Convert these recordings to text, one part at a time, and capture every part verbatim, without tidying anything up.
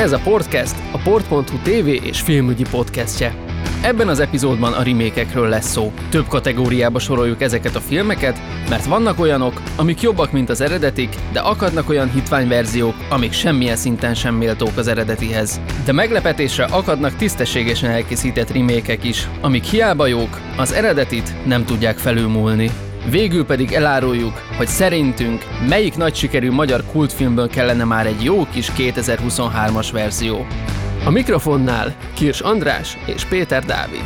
Ez a Portcast, a port pont hu tévé és filmügyi podcastje. Ebben az epizódban a remékekről lesz szó. Több kategóriába soroljuk ezeket a filmeket, mert vannak olyanok, amik jobbak, mint az eredetik, de akadnak olyan hitványverziók, amik semmilyen szinten sem méltók az eredetihez. De meglepetésre akadnak tisztességesen elkészített remékek is, amik hiába jók, az eredetit nem tudják felülmúlni. Végül pedig eláruljuk, hogy szerintünk melyik nagy sikerű magyar kultfilmből kellene már egy jó kis kétezer-huszonhármas verzió. A mikrofonnál Kirs András és Péter Dávid.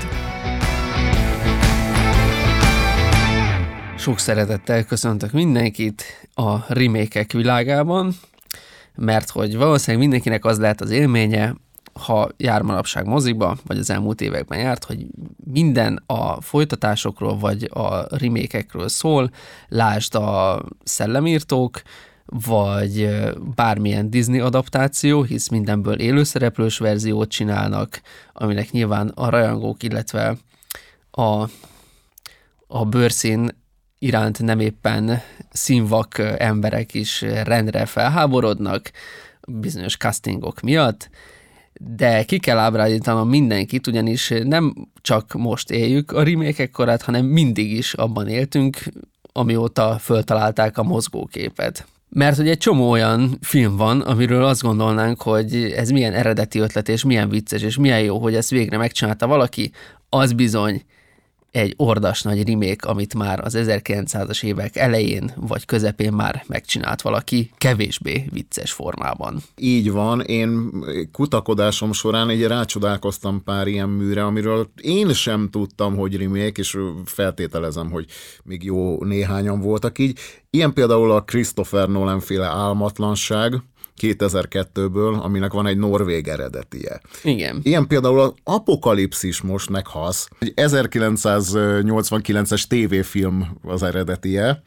Sok szeretettel köszöntök mindenkit a remékek világában, mert hogy valószínűleg mindenkinek az lehet az élménye, ha jár manapság moziba, vagy az elmúlt években járt, hogy minden a folytatásokról, vagy a remékekről szól, lásd a Szellemírtók, vagy bármilyen Disney adaptáció, hisz mindenből élőszereplős verziót csinálnak, aminek nyilván a rajongók, illetve a, a bőrszín iránt nem éppen színvak emberek is rendre felháborodnak bizonyos castingok miatt, de ki kell ábrándítanom mindenkit, ugyanis nem csak most éljük a remékek korát, hanem mindig is abban éltünk, amióta föltalálták a mozgóképet. Mert hogy egy csomó olyan film van, amiről azt gondolnánk, hogy ez milyen eredeti ötlet, és milyen vicces, és milyen jó, hogy ezt végre megcsinálta valaki, az bizony egy ordas nagy remake, amit már az ezerkilencszázas évek elején vagy közepén már megcsinált valaki kevésbé vicces formában. Így van, én kutakodásom során így rácsodálkoztam pár ilyen műre, amiről én sem tudtam, hogy remake, és feltételezem, hogy még jó néhányan voltak így. Ilyen például a Christopher Nolan féle Álmatlanság kétezer-kettőből, aminek van egy norvég eredetie. Igen. Ilyen például az Apokalipszis most meghasz, egy ezerkilencszáznyolcvankilences tévéfilm az eredetie,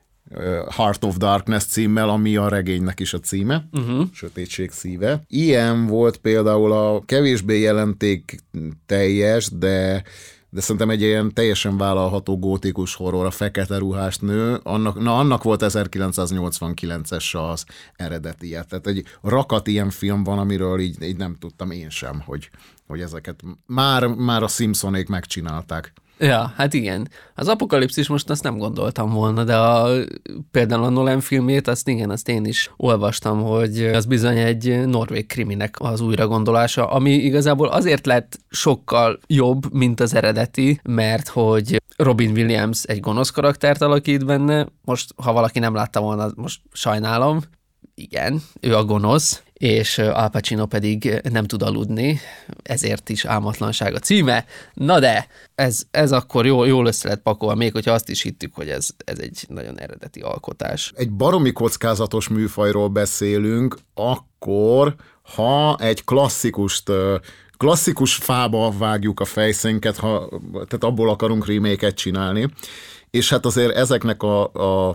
Heart of Darkness címmel, ami a regénynek is a címe, uh-huh. Sötétség szíve. Ilyen volt például a kevésbé jelentékteljes, de de szerintem egy ilyen teljesen vállalható gótikus horror, a Fekete ruhás nő, annak, na annak volt ezerkilencszáznyolcvankilences az eredetie. Tehát egy rakat ilyen film van, amiről így, így nem tudtam én sem, hogy, hogy ezeket már, már a Simpsonék megcsinálták. Ja, hát igen. Az Apokalipszis most azt nem gondoltam volna, de a, például a Nolan filmét, azt igen, azt én is olvastam, hogy az bizony egy norvég kriminek az újragondolása, ami igazából azért lett sokkal jobb, mint az eredeti, mert hogy Robin Williams egy gonosz karaktert alakít benne, most ha valaki nem látta volna, most sajnálom, igen, ő a gonosz, és Al Pacino pedig nem tud aludni, ezért is Álmatlanság a címe. Na de, ez, ez akkor jól, jól össze lett pakolva, még hogyha azt is hittük, hogy ez, ez egy nagyon eredeti alkotás. Egy baromi kockázatos műfajról beszélünk, akkor, ha egy klasszikust, klasszikus fába vágjuk a fejszénket, ha, tehát abból akarunk remake-et csinálni, és hát azért ezeknek a, a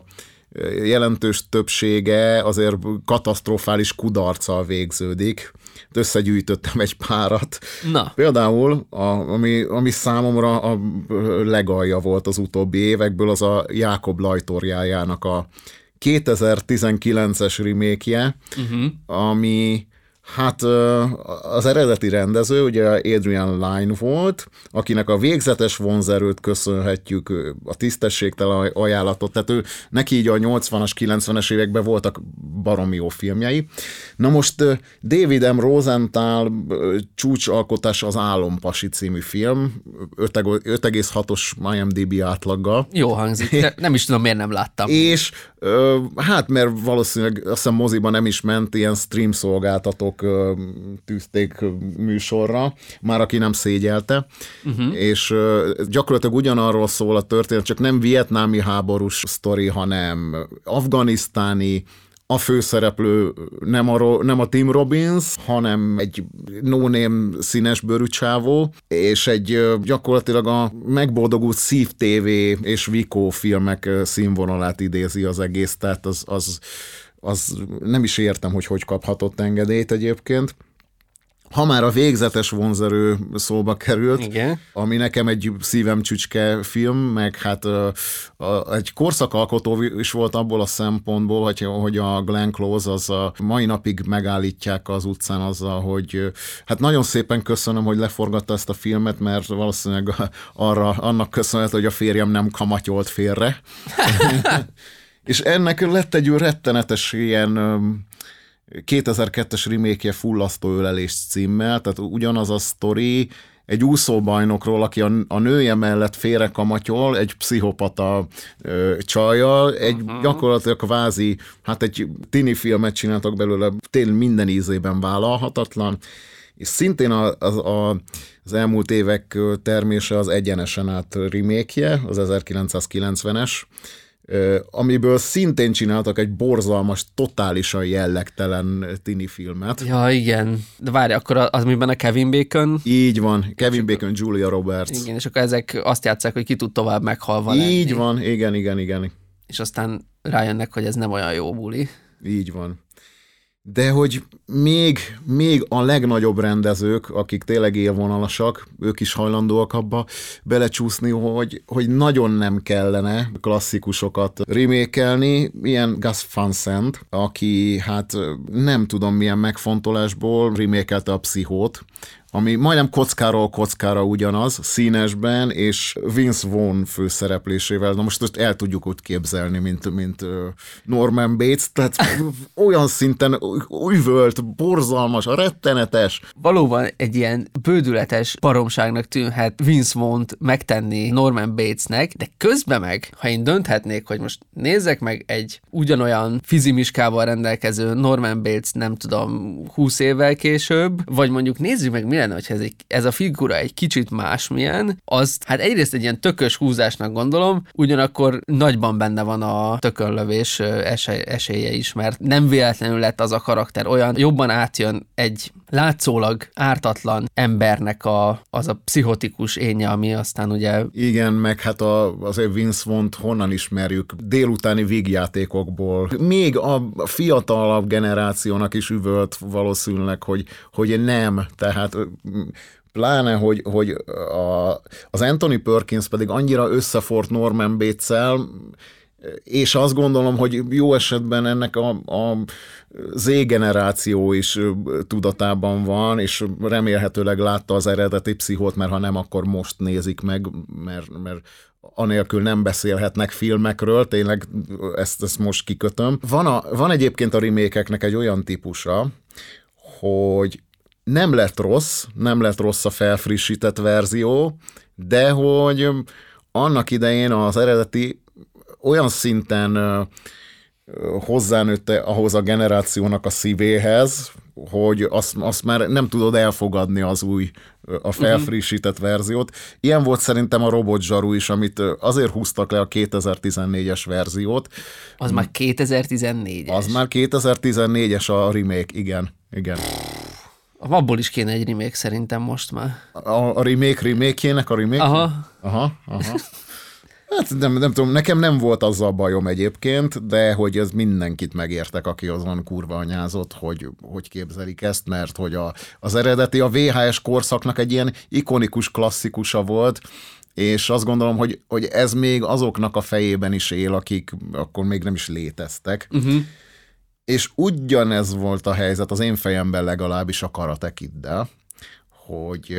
jelentős többsége azért katasztrofális kudarccal végződik. Összegyűjtöttem egy párat. Na. Például, a, ami, ami számomra a legalja volt az utóbbi évekből, az a Jákob Lajtorjájának a kétezer-tizenkilences remake-je, uh-huh. ami hát az eredeti rendező, ugye Adrian Lyne volt, akinek a végzetes vonzerőt köszönhetjük, a tisztességtelen ajánlatot, tehát ő, neki így a nyolcvanas, kilencvenes években voltak baromi jó filmjei. Na most David M. Rosenthal csúcsalkotás az Álompasi című film, öt egész hatos IMDb átlaggal. Jó hangzik, de nem is tudom, miért nem láttam. És hát, mert valószínűleg azt hiszem moziban nem is ment, ilyen stream szolgáltatók tűzték műsorra, már aki nem szégyelte, uh-huh. és gyakorlatilag ugyanarról szól a történet, csak nem vietnámi háborús sztori, hanem afganisztáni, a főszereplő nem a, nem a Tim Robbins, hanem egy no-name színesbőrű csávó, és egy gyakorlatilag a megboldogult Szív té vé és Vikó filmek színvonalát idézi az egész, tehát az, az, az nem is értem, hogy hogy kaphatott engedélyt egyébként. Ha már a végzetes vonzerő szóba került, Igen. ami nekem egy szívem csücske film, meg hát a, a, egy korszakalkotó is volt abból a szempontból, hogy, hogy a Glenn Close az a mai napig megállítják az utcán azzal, hogy hát nagyon szépen köszönöm, hogy leforgatta ezt a filmet, mert valószínűleg arra, annak köszönhető, hogy a férjem nem kamatyolt félre. És ennek lett egy rettenetes ilyen kétezer-kettes remake-je Fullasztó ölelés címmel, tehát ugyanaz a sztori, egy úszóbajnokról, aki a, a nője mellett félrekamatyol, egy pszichopata ö, csajjal, egy uh-huh. gyakorlatilag kvázi, hát egy tini filmet csináltak belőle, tényleg minden ízében vállalhatatlan, és szintén a, az, a, az elmúlt évek termése az Egyenesen át remake-je, az ezerkilencszázkilencvenes, amiből szintén csináltak egy borzalmas, totálisan jellegtelen tini filmet. Ja, igen. De várj, akkor az, amiben a Kevin Bacon? Így van, Kevin Bacon, Julia Roberts. Igen, és akkor ezek azt játsszák, hogy ki tud tovább meghalva Így lenni. Így van, igen, igen, igen. És aztán rájönnek, hogy ez nem olyan jó buli. Így van. De hogy még, még a legnagyobb rendezők, akik tényleg élvonalasak, ők is hajlandóak abba belecsúszni, hogy, hogy nagyon nem kellene klasszikusokat remékelni. Ilyen Gus Van Sant, aki hát nem tudom milyen megfontolásból remékelte a Pszichót, ami majdnem kockáról kockára ugyanaz, színesben, és Vince Vaughn főszereplésével. Na most ezt el tudjuk úgy képzelni, mint, mint Norman Bates, tehát olyan szinten üvölt, borzalmas, rettenetes. Valóban egy ilyen bődületes baromságnak tűnhet Vince Vaughn-t megtenni Norman Batesnek, de közben meg, ha én dönthetnék, hogy most nézzek meg egy ugyanolyan fizimiskával rendelkező Norman Bates, nem tudom, húsz évvel később, vagy mondjuk nézzük meg, mi lenne, hogyha ez, egy, ez a figura egy kicsit másmilyen, az hát egyrészt egy ilyen tökös húzásnak gondolom, ugyanakkor nagyban benne van a tökönlövés esély, esélye is, mert nem véletlenül lett az a karakter olyan, jobban átjön egy látszólag ártatlan embernek a, az a pszichotikus énje, ami aztán ugye... Igen, meg hát a, azért Vince Vaughn-t honnan ismerjük? Délutáni vígjátékokból. Még a fiatalabb generációnak is üvölt valószínűleg, hogy, hogy nem, tehát pláne, hogy, hogy a, az Anthony Perkins pedig annyira összefort Norman Bates-szel, és azt gondolom, hogy jó esetben ennek a, a Z-generáció is tudatában van, és remélhetőleg látta az eredeti Pszichót, mert ha nem, akkor most nézik meg, mert, mert anélkül nem beszélhetnek filmekről, tényleg ezt, ezt most kikötöm. Van, a, van egyébként a remake-eknek egy olyan típusa, hogy nem lett rossz, nem lett rossz a felfrissített verzió, de hogy annak idején az eredeti olyan szinten hozzánőtte ahhoz a generációnak a szívéhez, hogy azt, azt már nem tudod elfogadni az új, a felfrissített verziót. Ilyen volt szerintem a Robot Zsaru is, amit azért húztak le a kétezer-tizennégyes verziót. Az már kétezer-tizennégyes. Az már kétezer-tizennégyes a remake, igen, igen. Abból is kéne egy remake szerintem most már. A, a remake remake-jének a remake? Aha. Aha, aha. Hát nem, nem tudom, nekem nem volt azzal bajom egyébként, de hogy ez mindenkit megértek, aki azon kurva anyázott, hogy, hogy képzelik ezt, mert hogy a, az eredeti, a vé há es korszaknak egy ilyen ikonikus klasszikusa volt, és azt gondolom, hogy, hogy ez még azoknak a fejében is él, akik akkor még nem is léteztek. Uh-huh. És ugyanez volt a helyzet az én fejemben legalábbis a Karate Kiddel, hogy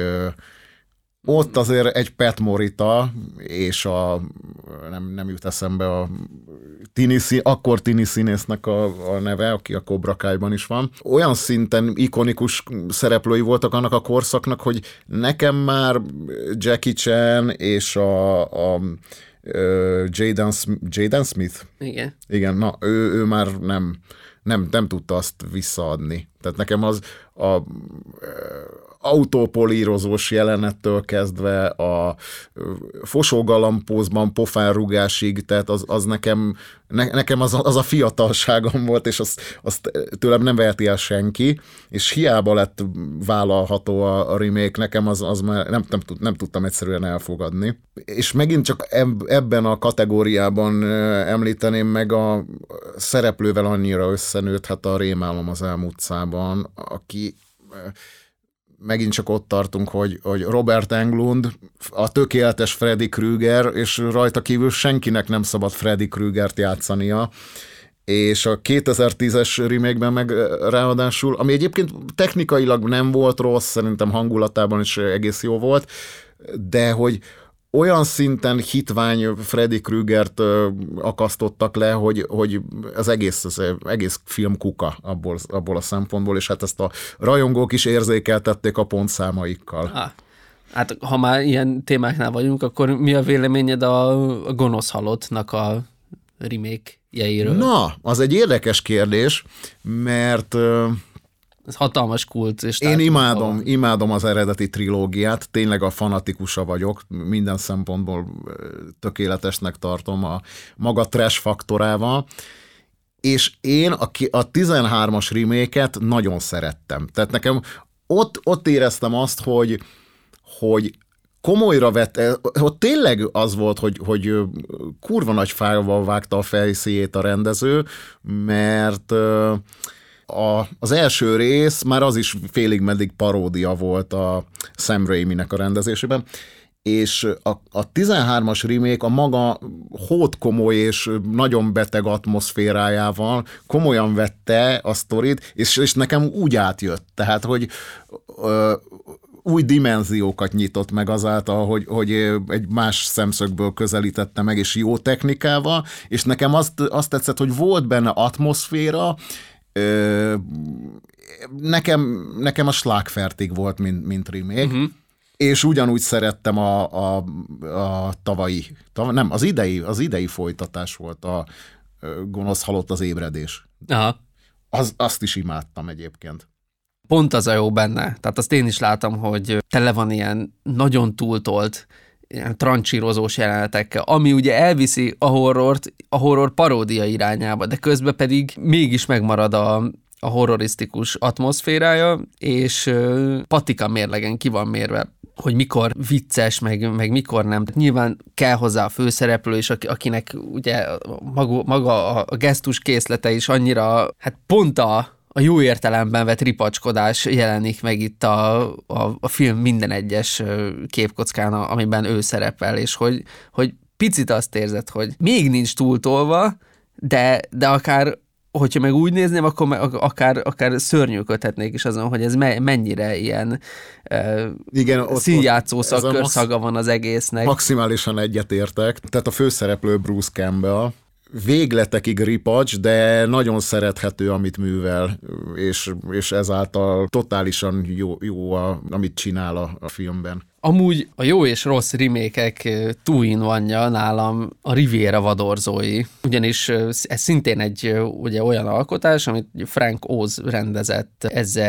ott azért egy Pat Morita, és a, nem, nem jut eszembe a tini, akkor tini színésznek a, a neve, aki a Cobra Kai-ban is van. Olyan szinten ikonikus szereplői voltak annak a korszaknak, hogy nekem már Jackie Chan és a, a Jaden, Jaden Smith. Igen. Igen, na, ő, ő már nem, nem, nem tudta azt visszaadni. Tehát nekem az a autópolírozós jelenettől kezdve a fosógalambózban pofánrugásig, tehát az, az nekem, ne, nekem az, az a fiatalságom volt, és azt, azt tőlem nem veheti el senki, és hiába lett vállalható a, a remake, nekem az, az már nem, nem, nem tudtam egyszerűen elfogadni. És megint csak eb, ebben a kategóriában említeném meg a szereplővel annyira összenőtt, hát a Rémálom az Elm utcában, aki megint csak ott tartunk, hogy, hogy Robert Englund a tökéletes Freddy Krueger, és rajta kívül senkinek nem szabad Freddy Kruegert játszania, és a kétezer-tízes remake-ben meg ráadásul, ami egyébként technikailag nem volt rossz, szerintem hangulatában is egész jó volt, de hogy olyan szinten hitvány Freddy Kruegert akasztottak le, hogy, hogy az egész, az egész film kuka abból, abból a szempontból, és hát ezt a rajongók is érzékeltették a pontszámaikkal. Ah, hát ha már ilyen témáknál vagyunk, akkor mi a véleményed a, a gonosz halottnak a remake-jeiről? Na, az egy érdekes kérdés, mert ez hatalmas kult. És én imádom, van. imádom az eredeti trilógiát, tényleg a fanatikusa vagyok, minden szempontból tökéletesnek tartom a maga trash faktorával, és én a, a tizenhármas remake-et nagyon szerettem. Tehát nekem ott, ott éreztem azt, hogy, hogy komolyra vett, ott tényleg az volt, hogy, hogy kurva nagy fával vágta a fejszéjét a rendező, mert A, az első rész már az is félig meddig paródia volt a Sam Raiminek a rendezésében, és a, a tizenhármas remake a maga hódkomoly és nagyon beteg atmoszférájával komolyan vette a sztorit, és, és nekem úgy átjött, tehát, hogy ö, új dimenziókat nyitott meg azáltal, hogy, hogy egy más szemszögből közelítette meg, és jó technikával, és nekem azt, azt tetszett, hogy volt benne atmoszféra, Nekem, nekem a Schlagfertig volt, mint, mint remake, uh-huh. és ugyanúgy szerettem a, a, a tavalyi, tav, nem, az idei, az idei folytatás volt a Gonosz halott az ébredés. Aha. Az, azt is imádtam egyébként. Pont az a jó benne. Tehát azt én is látom, hogy tele van ilyen nagyon túltolt, ilyen trancsírozós jelenetekkel, ami ugye elviszi a horrort, a horror paródia irányába, de közben pedig mégis megmarad a, a horrorisztikus atmoszférája, és uh, patika mérlegen ki van mérve, hogy mikor vicces, meg, meg mikor nem. Nyilván kell hozzá a főszereplő, és akinek ugye maga, maga a gesztus készlete is annyira, hát pont a a jó értelemben vett ripacskodás jelenik meg itt a, a, a film minden egyes képkockán, amiben ő szerepel, és hogy, hogy picit azt érzed, hogy még nincs túltolva, de, de akár, hogyha meg úgy nézném, akkor meg, akár, akár szörnyűködhetnék is azon, hogy ez me, mennyire ilyen uh, színjátszó szaga van az egésznek. Maximálisan egyetértek. Tehát a főszereplő Bruce Campbell, végletekig ripacs, de nagyon szerethető, amit művel, és, és ezáltal totálisan jó, jó a, amit csinál a, a filmben. Amúgy a jó és rossz remake-ek two-in-one-ja nálam a Riviera vadorzói, ugyanis ez szintén egy ugye, olyan alkotás, amit Frank Oz rendezett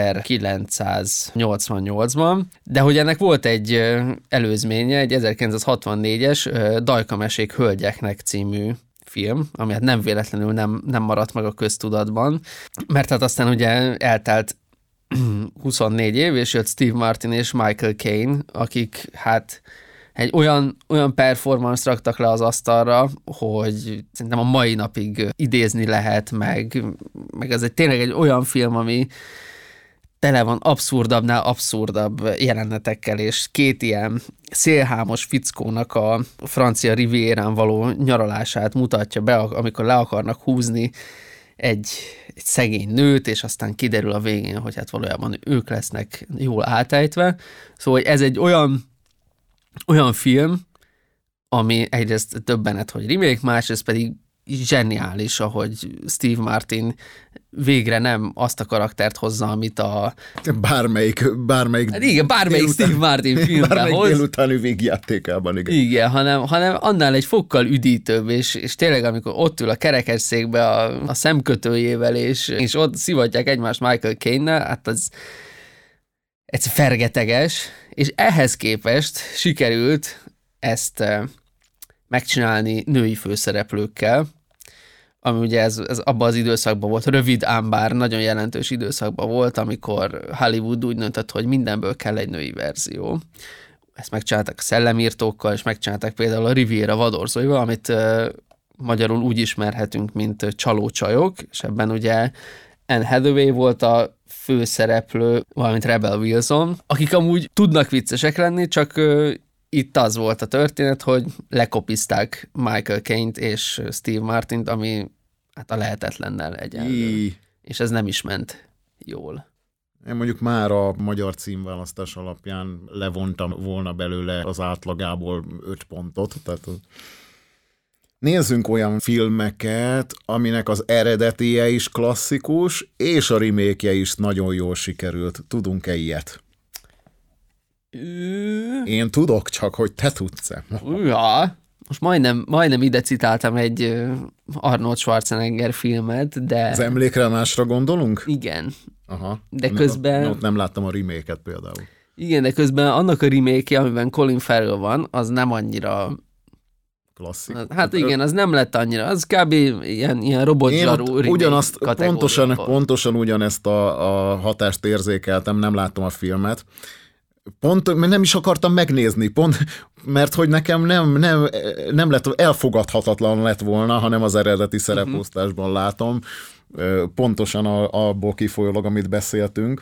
ezerkilencszáznyolcvannyolcban, de hogy ennek volt egy előzménye, egy ezerkilencszázhatvannégyes Dajkamesék hölgyeknek című film, ami hát nem véletlenül nem, nem maradt meg a köztudatban, mert hát aztán ugye eltelt huszonnégy év, és jött Steve Martin és Michael Caine, akik hát egy olyan, olyan performance raktak le az asztalra, hogy szerintem a mai napig idézni lehet, meg, meg ez egy tényleg egy olyan film, ami tele van abszurdabbnál abszurdabb jelenetekkel, és két ilyen szélhámos fickónak a francia rivierán való nyaralását mutatja be, amikor le akarnak húzni egy, egy szegény nőt, és aztán kiderül a végén, hogy hát valójában ők lesznek jól átejtve. Szóval ez egy olyan, olyan film, ami egyrészt döbbenet, hogy remake, másrészt pedig zseniális, ahogy Steve Martin végre nem azt a karaktert hozza, amit a... Bármelyik, bármelyik... Hát igen, bármelyik délután, Steve Martin filmben bármelyik hoz. délutáni végjátékában, igen. Igen, hanem, hanem annál egy fokkal üdítőbb, és, és tényleg, amikor ott ül a kerekesszékbe a, a szemkötőjével, és, és ott szivatják egymást Michael Caine-nel, hát az ez fergeteges, és ehhez képest sikerült ezt megcsinálni női főszereplőkkel, ami ugye ez, ez abban az időszakban volt, rövid, ám bár nagyon jelentős időszakban volt, amikor Hollywood úgy döntött, hogy mindenből kell egy női verzió. Ezt megcsinálták a szellemírtókkal, és megcsinálták például a Riviera vadorzóival, amit uh, magyarul úgy ismerhetünk, mint csalócsajok, és ebben ugye Anne Hathaway volt a főszereplő, valamint Rebel Wilson, akik amúgy tudnak viccesek lenni, csak ö, itt az volt a történet, hogy lekopizták Michael Caine-t és Steve Martint, ami hát a lehetetlennel egyenlő. És ez nem is ment jól. Én mondjuk már a magyar címválasztás alapján levontam volna belőle az átlagából öt pontot. Tehát nézzünk olyan filmeket, aminek az eredetie is klasszikus, és a remake-je is nagyon jól sikerült. Tudunk-e ilyet? Én tudok, csak hogy te tudsz-e. Ja, most majdnem, majdnem ide citáltam egy Arnold Schwarzenegger filmet, de... Az Emlékre másra gondolunk? Igen. Aha. De közben... Ott nem láttam a remake-et például. Igen, de közben annak a remake-je, amiben Colin Farrell van, az nem annyira... Klasszik. Hát igen, az nem lett annyira, az kb. ilyen, ilyen robotzsarú remake ugyanazt, pontosan, volt. pontosan ugyanezt a, a hatást érzékeltem, nem láttam a filmet. Pont, mert nem is akartam megnézni, pont, mert hogy nekem nem, nem, nem lett, elfogadhatatlan lett volna, hanem az eredeti szereposztásban látom, pontosan abból kifolyólag, amit beszéltünk.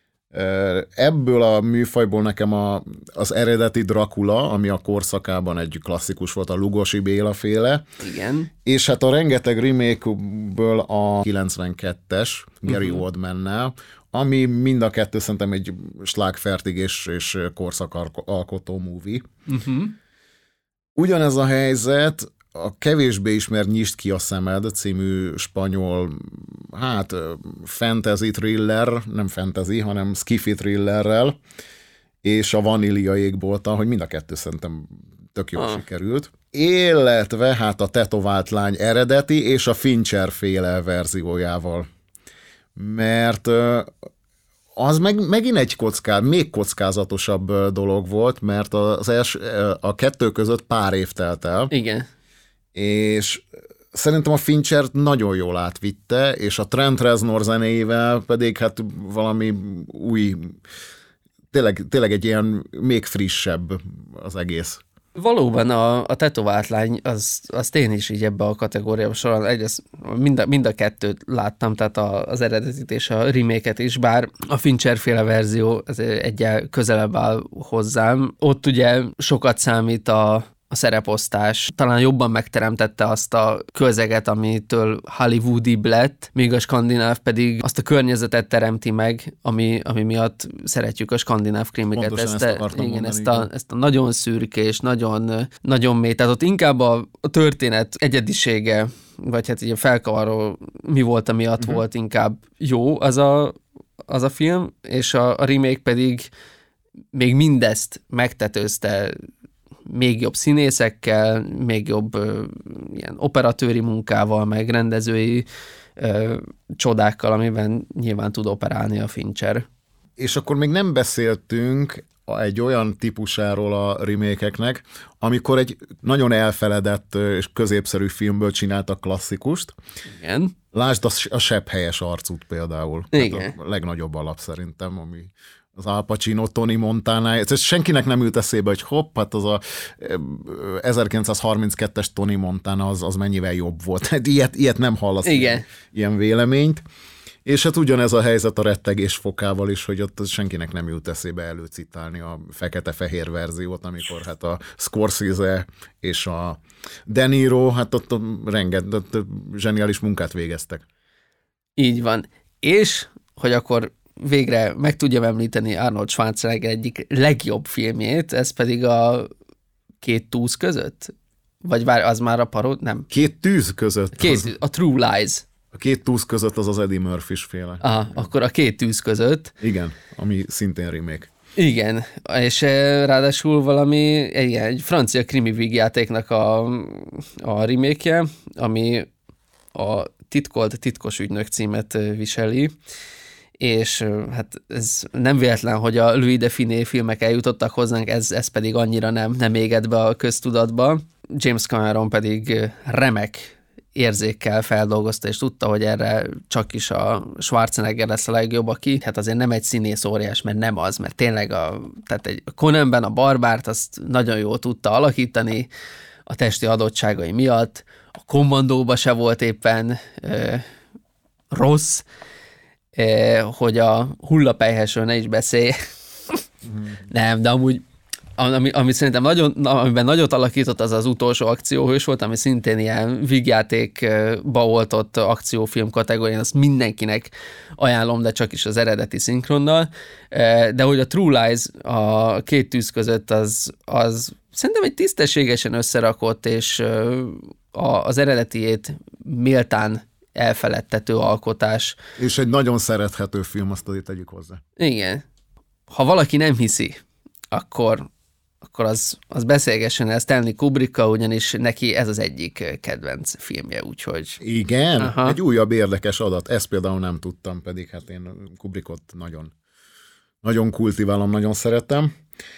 Ebből a műfajból nekem a, az eredeti Dracula, ami a korszakában egy klasszikus volt, a Lugosi Béla féle. Igen. És hát a rengeteg remake-ből a kilencvenkettes Gary uh-huh. Oldmannel, ami mind a kettő szerintem egy slágfertig és, és korszakalkotó movie. Uh-huh. Ugyanez a helyzet a kevésbé ismert Nyisd ki a szemed című spanyol, hát fantasy thriller, nem fantasy, hanem skifi thrillerrel, és a Vanília égbolttal, hogy mind a kettő szerintem tök jól ah. sikerült. Illetve hát a Tetovált lány eredeti és a Fincher féle verziójával. Mert az meg, megint egy kockát, még kockázatosabb dolog volt, mert az els, a kettő között pár év telt el. Igen. És szerintem a Fincher nagyon jól átvitte, és a Trent Reznor zenéivel pedig hát valami új, tényleg, tényleg egy ilyen még frissebb az egész. Valóban a, a Tetovált lány, az, azt én is így ebbe a kategóriában során, egyrészt mind a, mind a kettőt láttam, tehát a, az eredetit és a remake-et is, bár a Fincher-féle verzió egyel közelebb áll hozzám. Ott ugye sokat számít a a szereposztás talán jobban megteremtette azt a közeget, amitől hollywoodibb lett, míg a skandináv pedig azt a környezetet teremti meg, ami, ami miatt szeretjük a skandináv krimiket. Ezt, ezt, a, igen, mondani, ezt, a, ezt a nagyon szürkés, nagyon, nagyon mély, tehát ott inkább a, a történet egyedisége, vagy hát így a felkavaró mi volt, amiatt uh-huh. volt inkább jó az a, az a film, és a, a remake pedig még mindezt megtetőzte még jobb színészekkel, még jobb ö, ilyen operatőri munkával, meg rendezői ö, csodákkal, amiben nyilván tud operálni a Fincher. És akkor még nem beszéltünk egy olyan típusáról a remake-eknek, amikor egy nagyon elfeledett és középszerű filmből csináltak klasszikust. Igen. Lásd a Sebhelyes arcút például. Igen. A legnagyobb alap szerintem, ami az Al Pacino, Tony Montana, ez senkinek nem ült eszébe, hogy hopp, hát az a ezerkilencszázharminckettes Tony Montana az, az mennyivel jobb volt. Hát ilyet, ilyet nem hallasz, ilyen, ilyen véleményt. És hát ugyanez a helyzet a rettegés fokával is, hogy ott senkinek nem jut eszébe előcitálni a fekete-fehér verziót, amikor hát a Scorsese és a De Niro, hát ott rengeteg zseniális munkát végeztek. Így van. És, hogy akkor végre meg tudjam említeni Arnold Schwarzenegger egyik legjobb filmjét, ez pedig a Két túsz között? Vagy vár, az már a paród? Nem. Két tűz között? Két, az... A True Lies. A Két túsz között az az Eddie Murphy-s féle. Aha, akkor a Két tűz között. Igen, ami szintén remake. Igen, és ráadásul valami egy, egy francia krimi vígjátéknak a, a remake-je, ami a Titkolt titkos ügynök címet viseli, és hát ez nem véletlen, hogy a Louis de Funès filmek eljutottak hozzánk, ez, ez pedig annyira nem, nem égett be a köztudatba. James Cameron pedig remek érzékkel feldolgozta, és tudta, hogy erre csak is a Schwarzenegger lesz a legjobb, aki hát azért nem egy színész óriás, mert nem az, mert tényleg a, tehát egy Conanben a barbárt azt nagyon jól tudta alakítani a testi adottságai miatt, a Kommandóba se volt éppen ö, rossz, hogy a hullapelyhesről ne is beszélj. Nem, de amúgy ami, ami szerintem nagyon, amiben nagyot alakított, az az utolsó akcióhős volt, ami szintén ilyen vígjátékba oltott akciófilm kategórián, azt mindenkinek ajánlom, de csak is az eredeti szinkronnal. De hogy a True Lies a két tűz között, az, az szerintem egy tisztességesen összerakott, és az eredetiét méltán elfeledtető alkotás. És egy nagyon szerethető film, azt azért tegyük hozzá. Igen. Ha valaki nem hiszi, akkor akkor az, az beszélgessen el Stanley Kubrickkal, ugyanis neki ez az egyik kedvenc filmje, úgyhogy... Igen? Aha. Egy újabb érdekes adat. Ezt például nem tudtam, pedig hát én Kubrickot nagyon, nagyon kultiválom, nagyon szeretem.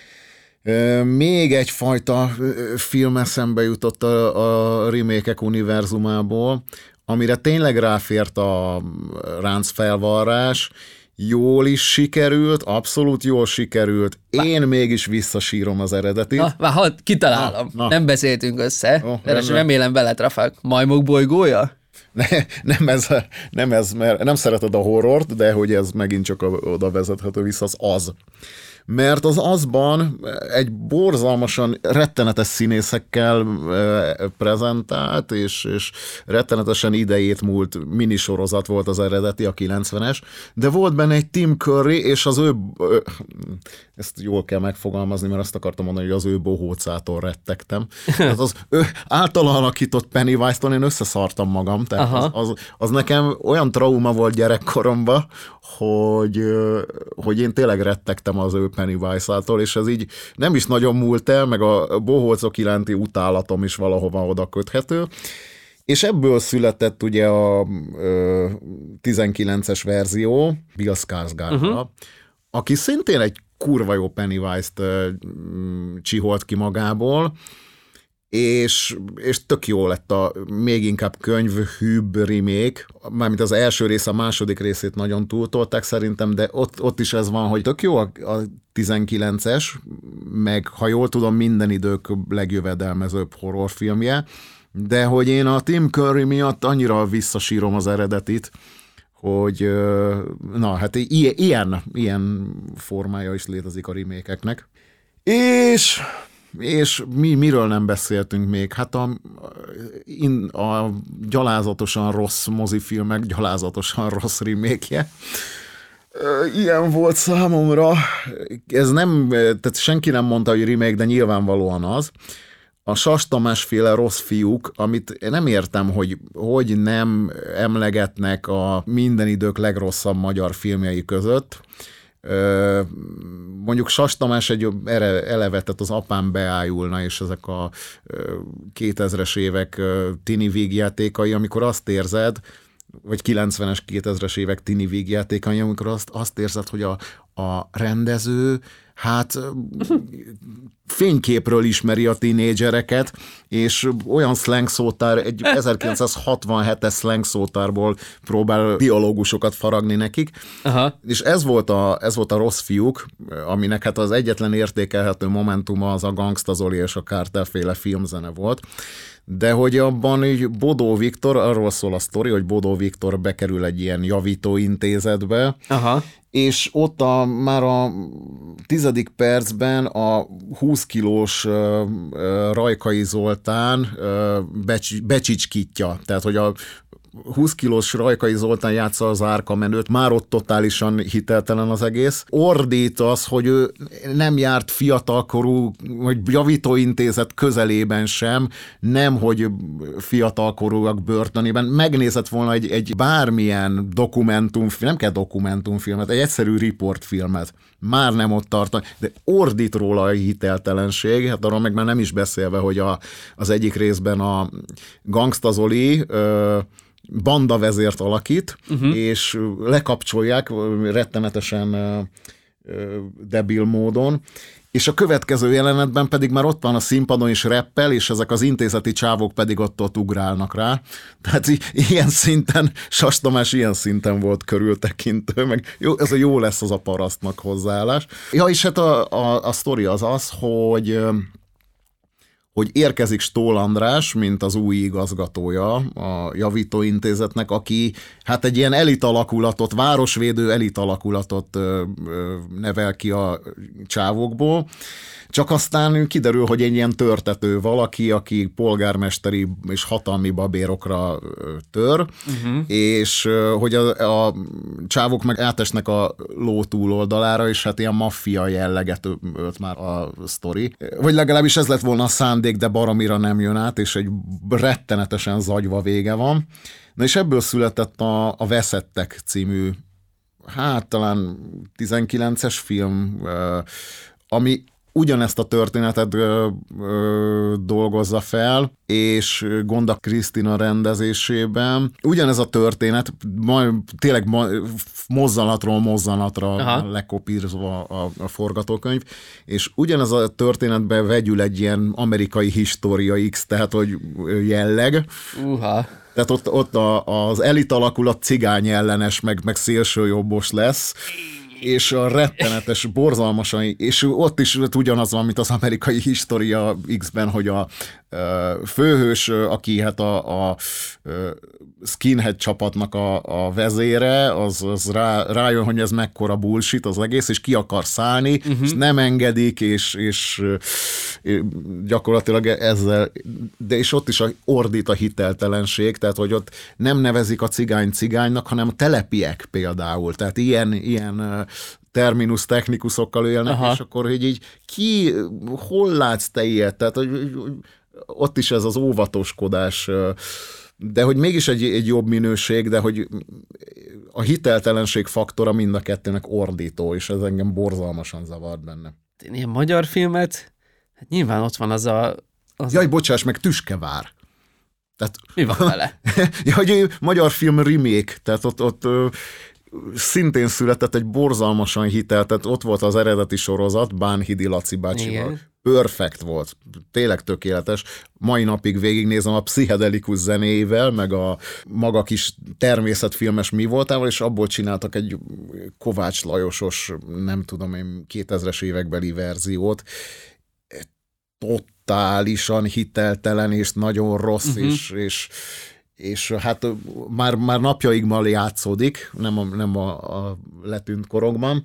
Még egyfajta film eszembe jutott a, a remake-ek univerzumából, amire tényleg ráfért a ráncfelvarrás, jól is sikerült, abszolút jól sikerült. Én Vá- mégis visszasírom az eredetit. Na, vá, hadd, kitalálom. Na, na. Nem beszéltünk össze, oh, de remélem beletrafák. Majmok bolygója? Ne, nem, ez, nem ez, mert nem szereted a horrort, de hogy ez megint csak oda vezethető vissza, az az. Mert az azban egy borzalmasan rettenetes színészekkel prezentált, és, és rettenetesen idejét múlt minisorozat volt az eredeti, a kilencvenes, de volt benne egy Tim Curry, és az ő, ezt jól kell megfogalmazni, mert azt akartam mondani, hogy az ő bohócától rettegtem. Tehát az ő általa alakított Pennywise-tól én összeszartam magam, tehát az, az, az nekem olyan trauma volt gyerekkoromban, hogy, hogy én tényleg rettegtem az ő Pennywise-tól, és ez így nem is nagyon múlt el, meg a bohócok iránti utálatom is valahova oda köthető. És ebből született ugye a ö, tizenkilences verzió, Bill Skarsgårdra, uh-huh. aki szintén egy kurva jó Pennywise-t ö, csiholt ki magából, és, és tök jó lett a még inkább könyvhűbb remake, mármint az első rész, a második részét nagyon túltolták szerintem, de ott, ott is ez van, hogy tök jó a, a tizenkilences, meg ha jól tudom, minden idők legjövedelmezőbb horrorfilmje, de hogy én a Tim Curry miatt annyira visszasírom az eredetit, hogy na, hát ilyen, ilyen formája is létezik a remake-eknek. És... És mi, miről nem beszéltünk még? Hát a, a gyalázatosan rossz mozifilmek, gyalázatosan rossz remake-je. Ilyen volt számomra. Ez nem, tehát senki nem mondta, hogy remake, de nyilvánvalóan az. A Sas Tamás féle Rossz fiúk, amit nem értem, hogy hogy nem emlegetnek a minden idők legrosszabb magyar filmjei között. Mondjuk Sas Tamás egy eleve, tehát az Apám beájulna, és ezek a kétezres évek tini vígjátékai, amikor azt érzed, vagy kilencvenes, kétezres évek tini vígjátékai, amikor azt, azt érzed, hogy a, a rendező hát fényképről ismeri a tínédzsereket, és olyan szlengszótár, egy ezerkilencszázhatvanhetes szlengszótárból próbál dialógusokat faragni nekik. Aha. És ez volt, a, ez volt a Rossz fiúk, aminek hát az egyetlen értékelhető momentuma az a Gangsta Zoli és a Kártelféle filmzene volt. De hogy abban így Bodó Viktor, arról szól a sztori, hogy Bodó Viktor bekerül egy ilyen javítóintézetbe, aha. és ott a, már a tizedik percben a húsz kilós uh, uh, Rajkai Zoltán uh, becs, becsicskítja, tehát hogy a húsz kilós Rajkai Zoltán játsza az árkamenőt, már ott totálisan hiteltelen az egész. Ordít az, hogy ő nem járt fiatalkorú, vagy javítóintézet közelében sem, nem, hogy fiatalkorúak börtönében. Megnézett volna egy, egy bármilyen dokumentumfilm, nem kell dokumentumfilmet, egy egyszerű riportfilmet. Már nem ott tart, de ordít róla a hiteltelenség, hát arról meg már nem is beszélve, hogy a, az egyik részben a Gangsta Zoli ö, banda vezért alakít, uh-huh. és lekapcsolják rettenetesen ö, ö, debil módon, és a következő jelenetben pedig már ott van a színpadon is reppel, és ezek az intézeti csávok pedig ott, ott ugrálnak rá. Tehát i- ilyen szinten, Sas Tamás ilyen szinten volt körültekintő, meg jó, ez a jó lesz az a parasztnak hozzáállás. Ja, és hát a, a, a sztori az az, hogy hogy érkezik Stól András, mint az új igazgatója a javítóintézetnek, aki hát egy ilyen elit alakulatot, városvédő elit alakulatot ö, ö, nevel ki a csávokból, csak aztán kiderül, hogy egy ilyen törtető valaki, aki polgármesteri és hatalmi babérokra tör, uh-huh. és hogy a, a csávok meg átesnek a ló túloldalára, és hát ilyen maffia jelleget ölt már a sztori. Vagy legalábbis ez lett volna a szándék, de baromira nem jön át, és egy rettenetesen zagyva vége van. Na és ebből született a, a Veszettek című, hát talán tizenkilences film, ami ugyanezt a történetet ö, ö, dolgozza fel, és Gonda Krisztina rendezésében. Ugyanez a történet, majd tényleg mozzanatról mozzanatra Aha. lekopírozva a, a forgatókönyv, és ugyanez a történetben vegyül egy ilyen amerikai História X, tehát hogy jelleg. Uha. Tehát ott, ott a, az elit alakulat cigány ellenes, meg, meg szélsőjobbos lesz, és a rettenetes, borzalmasan, és ott is ugyanaz van, mint az amerikai História X-ben, hogy a főhős, aki hát a, a skinhead csapatnak a, a vezére, az, az rá, rájön, hogy ez mekkora bullshit az egész, és ki akar szállni, uh-huh. és nem engedik, és, és, és gyakorlatilag ezzel, de és ott is ordít a hiteltelenség, tehát hogy ott nem nevezik a cigány cigánynak, hanem a telepiek például, tehát ilyen, ilyen terminus technikusokkal élnek, Aha. és akkor, hogy így ki, hol látsz te ilyet? Tehát, hogy ott is ez az óvatoskodás, de hogy mégis egy, egy jobb minőség, de hogy a hiteltelenség faktora mind a kettőnek ordító, és ez engem borzalmasan zavart benne. Én ilyen magyar filmet, hát nyilván ott van az a... Az Jaj, bocsáss, meg Tüskevár. Tehát, mi van vele? Ja, hogy magyar film remake, tehát ott, ott szintén született egy borzalmasan hitel, tehát ott volt az eredeti sorozat, Bánhidi Laci bácsival. Perfekt volt, tényleg tökéletes. Mai napig végignézem a pszichedelikus zenével, meg a maga kis természetfilmes mi voltával, és abból csináltak egy Kovács Lajosos, nem tudom én, kétezres évekbeli verziót. Totálisan hiteltelen, és nagyon rossz, uh-huh. és, és és hát már, már napjaikban játszódik, nem a, nem a, a letűnt korokban,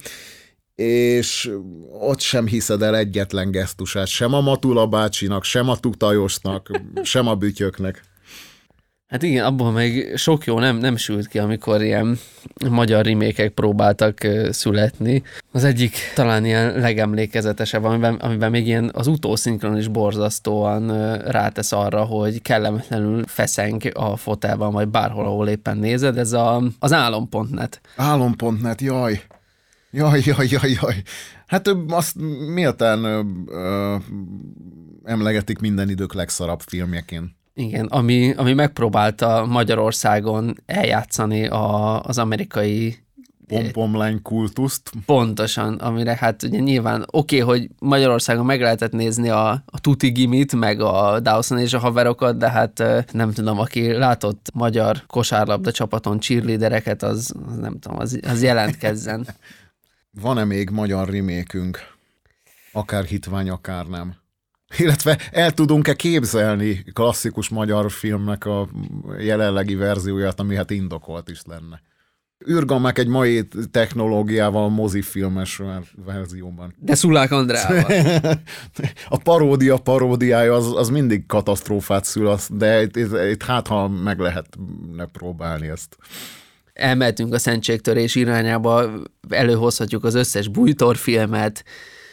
és ott sem hiszed el egyetlen gesztusát, sem a Matula bácsinak, sem a Tutajosnak, sem a Bütyöknek. Hát igen, abból meg sok jó nem, nem sült ki, amikor ilyen magyar remékek próbáltak uh, születni. Az egyik talán ilyen legemlékezetesebb, amiben, amiben még ilyen az utószinkron is borzasztóan uh, rátesz arra, hogy kellemetlenül feszeng a fotelban, vagy bárhol, ahol éppen nézed, ez a, az álom pont net. álom pont net, jaj! Jaj, jaj, jaj, jaj. Hát azt méltán ö, ö, emlegetik minden idők legszarabb filmjeként. Igen, ami, ami megpróbálta Magyarországon eljátszani a, az amerikai pompomlány kultuszt. Pontosan, amire hát ugye nyilván oké, okay, hogy Magyarországon meg lehetett nézni a, a Tuti Gimit, meg a Dawson és a haverokat, de hát nem tudom, aki látott magyar kosárlabda csapaton cheerleadereket, az, az nem tudom, az, az jelentkezzen. Van-e még magyar remékünk? Akár hitvány, akár nem. Illetve el tudunk-e képzelni klasszikus magyar filmnek a jelenlegi verzióját, ami hát indokolt is lenne. Ürgammák egy mai technológiával mozifilmes verzióban. De Szulák Andrával. A paródia paródiája az, az mindig katasztrófát szül, de itt, itt, itt hát, ha meg lehetne próbálni ezt. Elmehetünk a szentségtörés irányába, előhozhatjuk az összes Bújtor filmet.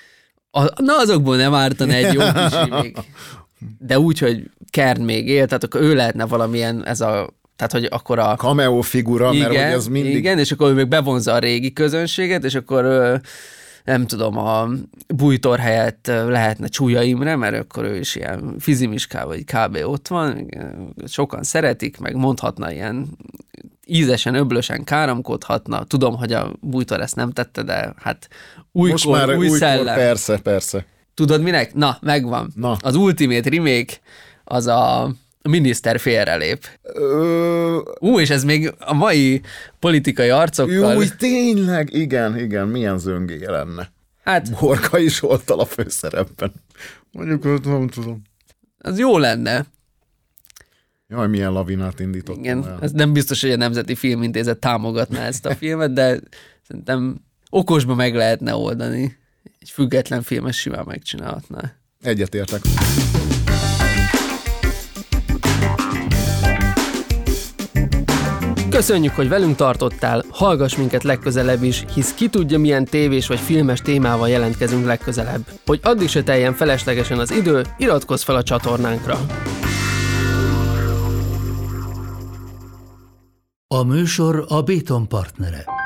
A, na azokból nem ártana egy jó kis még. De úgy, hogy Kern még él, tehát akkor ő lehetne valamilyen, ez a, tehát hogy akkor a... cameo figura, igen, mert hogy ez mindig... Igen, és akkor ő még bevonza a régi közönséget, és akkor nem tudom, a Bújtor helyett lehetne Csúlya Imre, mert akkor ő is ilyen fizimiskával, vagy kb. Ott van, sokan szeretik, meg mondhatna ilyen ízesen, öblösen káromkodhatna. Tudom, hogy a Bújtor ezt nem tette, de hát újkor, most már új újkor, szellem. Persze, persze. Tudod minek? Na, megvan. Na. Az Ultimate Remake az a miniszter félrelép. Ö... Ú, és ez még a mai politikai arcokkal... Jó, tényleg, igen, igen, milyen zöngéje lenne. Hát... Borkai Zsolttal a főszerepben. Mondjuk, nem tudom. az jó lenne. Jaj, milyen lavinát indítottam Igen, el. ez nem biztos, hogy a Nemzeti Filmintézet támogatná ezt a filmet, de szerintem okosba meg lehetne oldani. Egy független filmes simán megcsinálhatná. Egyetértek. Köszönjük, hogy velünk tartottál, hallgass minket legközelebb is, hisz ki tudja, milyen tévés vagy filmes témával jelentkezünk legközelebb. Hogy addig se teljen feleslegesen az idő, iratkozz fel a csatornánkra. A műsor a Béton partnere.